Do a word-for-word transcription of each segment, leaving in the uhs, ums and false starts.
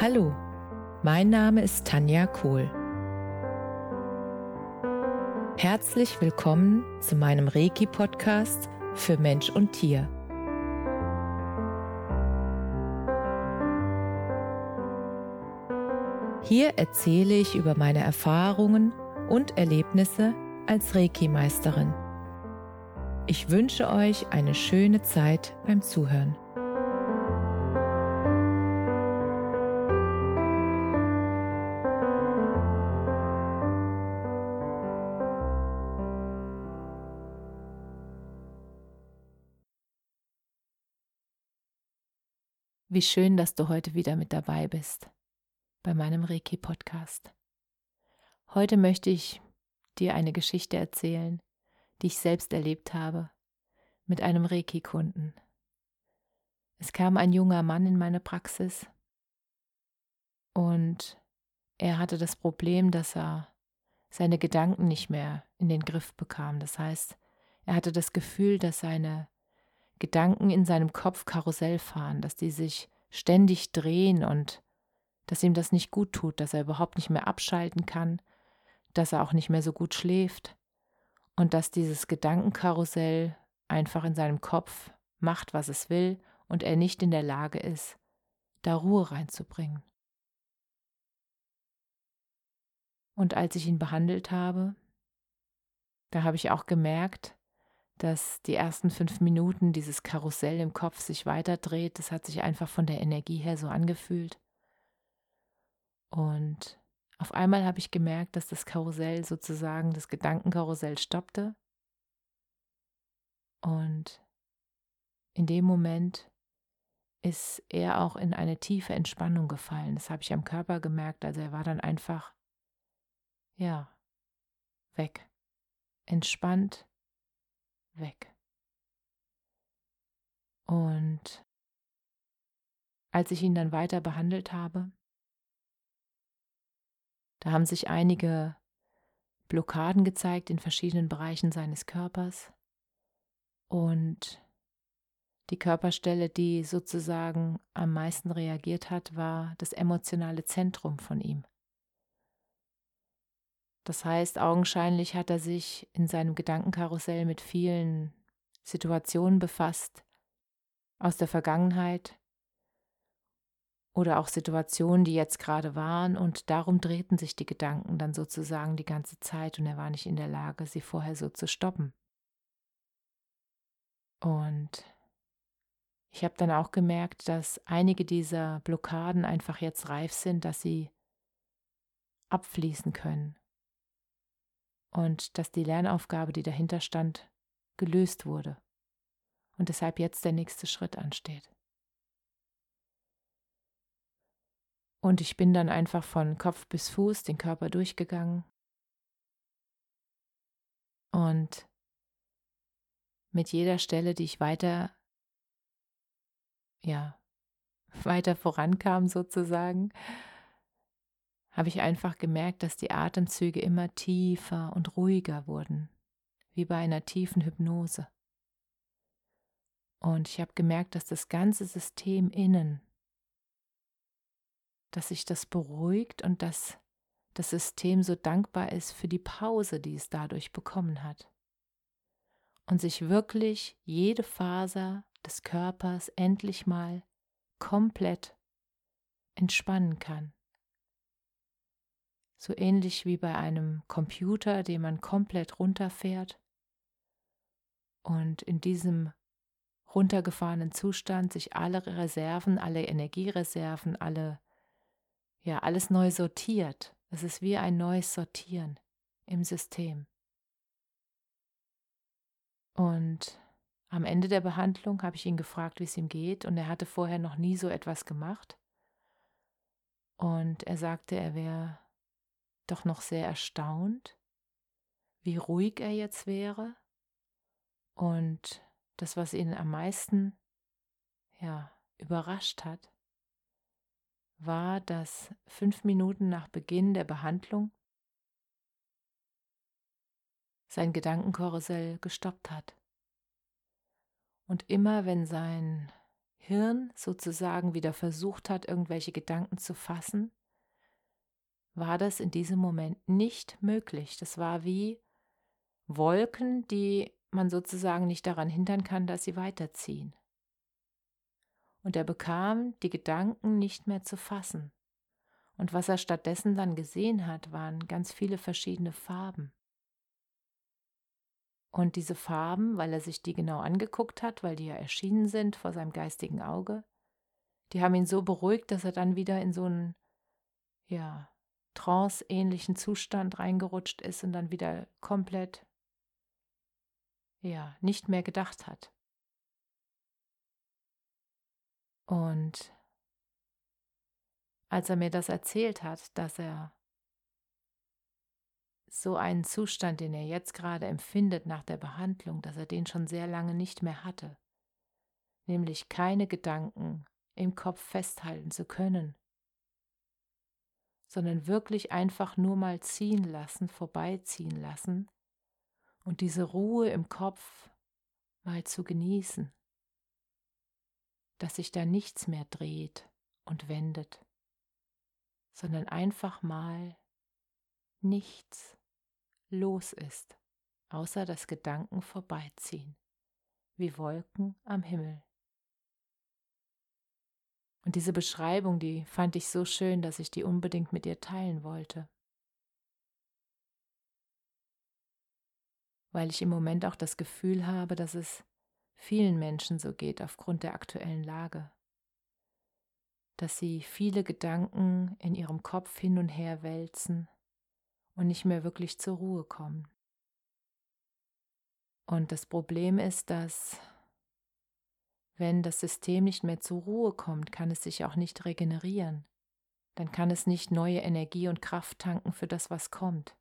Hallo, mein Name ist Tanja Kohl. Herzlich willkommen zu meinem Reiki-Podcast für Mensch und Tier. Hier erzähle ich über meine Erfahrungen und Erlebnisse als Reiki-Meisterin. Ich wünsche euch eine schöne Zeit beim Zuhören. Wie schön, dass du heute wieder mit dabei bist bei meinem Reiki-Podcast. Heute möchte ich dir eine Geschichte erzählen, die ich selbst erlebt habe mit einem Reiki-Kunden. Es kam ein junger Mann in meine Praxis und er hatte das Problem, dass er seine Gedanken nicht mehr in den Griff bekam. Das heißt, er hatte das Gefühl, dass seine Gedanken in seinem Kopf Karussell fahren, dass die sich ständig drehen und dass ihm das nicht gut tut, dass er überhaupt nicht mehr abschalten kann, dass er auch nicht mehr so gut schläft und dass dieses Gedankenkarussell einfach in seinem Kopf macht, was es will und er nicht in der Lage ist, da Ruhe reinzubringen. Und als ich ihn behandelt habe, da habe ich auch gemerkt, dass die ersten fünf Minuten dieses Karussell im Kopf sich weiterdreht. Das hat sich einfach von der Energie her so angefühlt. Und auf einmal habe ich gemerkt, dass das Karussell sozusagen, das Gedankenkarussell stoppte. Und in dem Moment ist er auch in eine tiefe Entspannung gefallen. Das habe ich am Körper gemerkt. Also er war dann einfach, ja, weg. Entspannt, weg. Und als ich ihn dann weiter behandelt habe, da haben sich einige Blockaden gezeigt in verschiedenen Bereichen seines Körpers und die Körperstelle, die sozusagen am meisten reagiert hat, war das emotionale Zentrum von ihm. Das heißt, augenscheinlich hat er sich in seinem Gedankenkarussell mit vielen Situationen befasst aus der Vergangenheit oder auch Situationen, die jetzt gerade waren, und darum drehten sich die Gedanken dann sozusagen die ganze Zeit und er war nicht in der Lage, sie vorher so zu stoppen. Und ich habe dann auch gemerkt, dass einige dieser Blockaden einfach jetzt reif sind, dass sie abfließen können und dass die Lernaufgabe, die dahinter stand, gelöst wurde und deshalb jetzt der nächste Schritt ansteht. Und ich bin dann einfach von Kopf bis Fuß den Körper durchgegangen und mit jeder Stelle, die ich weiter, ja, weiter vorankam sozusagen, habe ich einfach gemerkt, dass die Atemzüge immer tiefer und ruhiger wurden, wie bei einer tiefen Hypnose. Und ich habe gemerkt, dass das ganze System innen, dass sich das beruhigt und dass das System so dankbar ist für die Pause, die es dadurch bekommen hat. Und sich wirklich jede Faser des Körpers endlich mal komplett entspannen kann. So ähnlich wie bei einem Computer, den man komplett runterfährt und in diesem runtergefahrenen Zustand sich alle Reserven, alle Energiereserven, alle, ja, alles neu sortiert. Es ist wie ein neues Sortieren im System. Und am Ende der Behandlung habe ich ihn gefragt, wie es ihm geht, und er hatte vorher noch nie so etwas gemacht. Und er sagte, er wäre doch noch sehr erstaunt, wie ruhig er jetzt wäre. Und das, was ihn am meisten, ja, überrascht hat, war, dass fünf Minuten nach Beginn der Behandlung sein Gedankenkarussell gestoppt hat. Und immer wenn sein Hirn sozusagen wieder versucht hat, irgendwelche Gedanken zu fassen, war das in diesem Moment nicht möglich. Das war wie Wolken, die man sozusagen nicht daran hindern kann, dass sie weiterziehen. Und er bekam die Gedanken nicht mehr zu fassen. Und was er stattdessen dann gesehen hat, waren ganz viele verschiedene Farben. Und diese Farben, weil er sich die genau angeguckt hat, weil die ja erschienen sind vor seinem geistigen Auge, die haben ihn so beruhigt, dass er dann wieder in so einen, ja, trance-ähnlichen Zustand reingerutscht ist und dann wieder komplett, ja, nicht mehr gedacht hat. Und als er mir das erzählt hat, dass er so einen Zustand, den er jetzt gerade empfindet nach der Behandlung, dass er den schon sehr lange nicht mehr hatte, nämlich keine Gedanken im Kopf festhalten zu können, sondern wirklich einfach nur mal ziehen lassen, vorbeiziehen lassen und diese Ruhe im Kopf mal zu genießen, dass sich da nichts mehr dreht und wendet, sondern einfach mal nichts los ist, außer dass Gedanken vorbeiziehen, wie Wolken am Himmel. Und diese Beschreibung, die fand ich so schön, dass ich die unbedingt mit dir teilen wollte, weil ich im Moment auch das Gefühl habe, dass es vielen Menschen so geht aufgrund der aktuellen Lage, dass sie viele Gedanken in ihrem Kopf hin und her wälzen und nicht mehr wirklich zur Ruhe kommen. Und das Problem ist, dass wenn das System nicht mehr zur Ruhe kommt, kann es sich auch nicht regenerieren. Dann kann es nicht neue Energie und Kraft tanken für das, was kommt.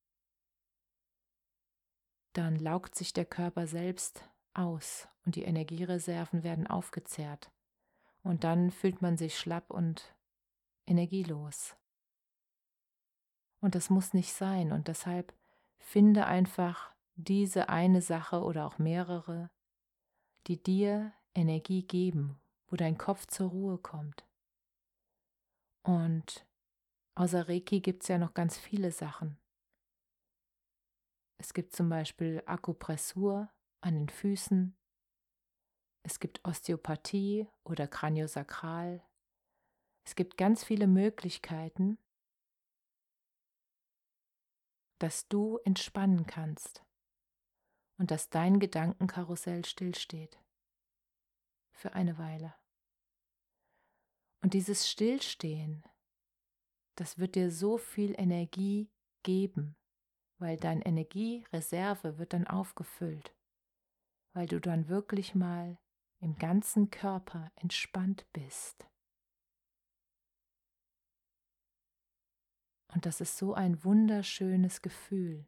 Dann laugt sich der Körper selbst aus und die Energiereserven werden aufgezehrt. Und dann fühlt man sich schlapp und energielos. Und das muss nicht sein. Und deshalb finde einfach diese eine Sache oder auch mehrere, die dir Energie geben, wo dein Kopf zur Ruhe kommt. Und außer Reiki gibt es ja noch ganz viele Sachen. Es gibt zum Beispiel Akupressur an den Füßen. Es gibt Osteopathie oder Kraniosakral. Es gibt ganz viele Möglichkeiten, dass du entspannen kannst und dass dein Gedankenkarussell stillsteht. Für eine Weile. Und dieses Stillstehen, das wird dir so viel Energie geben, weil deine Energiereserve wird dann aufgefüllt, weil du dann wirklich mal im ganzen Körper entspannt bist. Und das ist so ein wunderschönes Gefühl.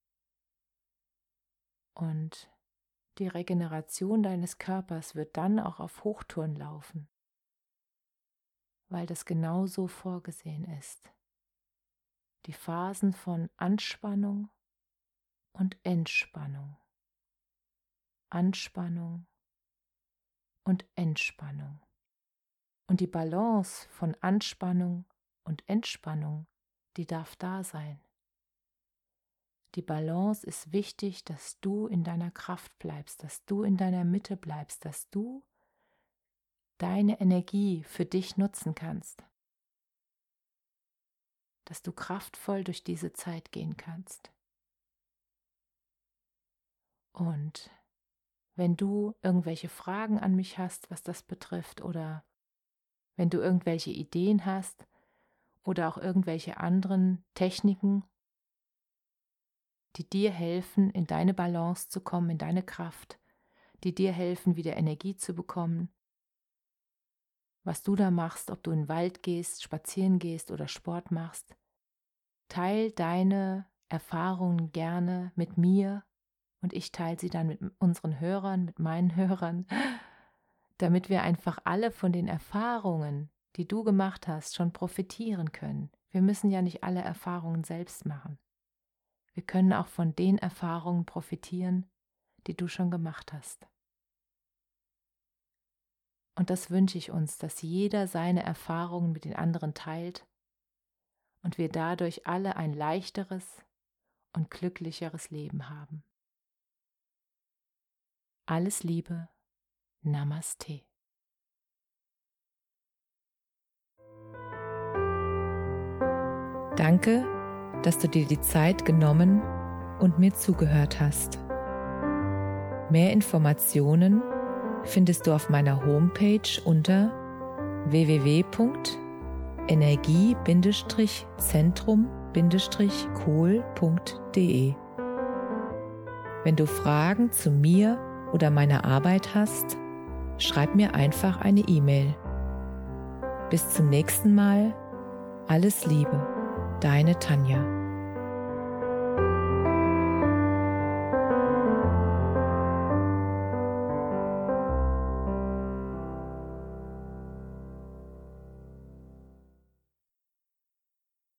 Und die Regeneration deines Körpers wird dann auch auf Hochtouren laufen, weil das genau so vorgesehen ist. Die Phasen von Anspannung und Entspannung. Anspannung und Entspannung. Und die Balance von Anspannung und Entspannung, die darf da sein. Die Balance ist wichtig, dass du in deiner Kraft bleibst, dass du in deiner Mitte bleibst, dass du deine Energie für dich nutzen kannst, dass du kraftvoll durch diese Zeit gehen kannst. Und wenn du irgendwelche Fragen an mich hast, was das betrifft, oder wenn du irgendwelche Ideen hast oder auch irgendwelche anderen Techniken, die dir helfen, in deine Balance zu kommen, in deine Kraft, die dir helfen, wieder Energie zu bekommen, was du da machst, ob du in den Wald gehst, spazieren gehst oder Sport machst, teil deine Erfahrungen gerne mit mir und ich teile sie dann mit unseren Hörern, mit meinen Hörern, damit wir einfach alle von den Erfahrungen, die du gemacht hast, schon profitieren können. Wir müssen ja nicht alle Erfahrungen selbst machen. Wir können auch von den Erfahrungen profitieren, die du schon gemacht hast. Und das wünsche ich uns, dass jeder seine Erfahrungen mit den anderen teilt und wir dadurch alle ein leichteres und glücklicheres Leben haben. Alles Liebe, Namaste. Danke, dass du dir die Zeit genommen und mir zugehört hast. Mehr Informationen findest du auf meiner Homepage unter w w w punkt energie zentrum kohl punkt d e. Wenn du Fragen zu mir oder meiner Arbeit hast, schreib mir einfach eine E-Mail. Bis zum nächsten Mal. Alles Liebe, deine Tanja.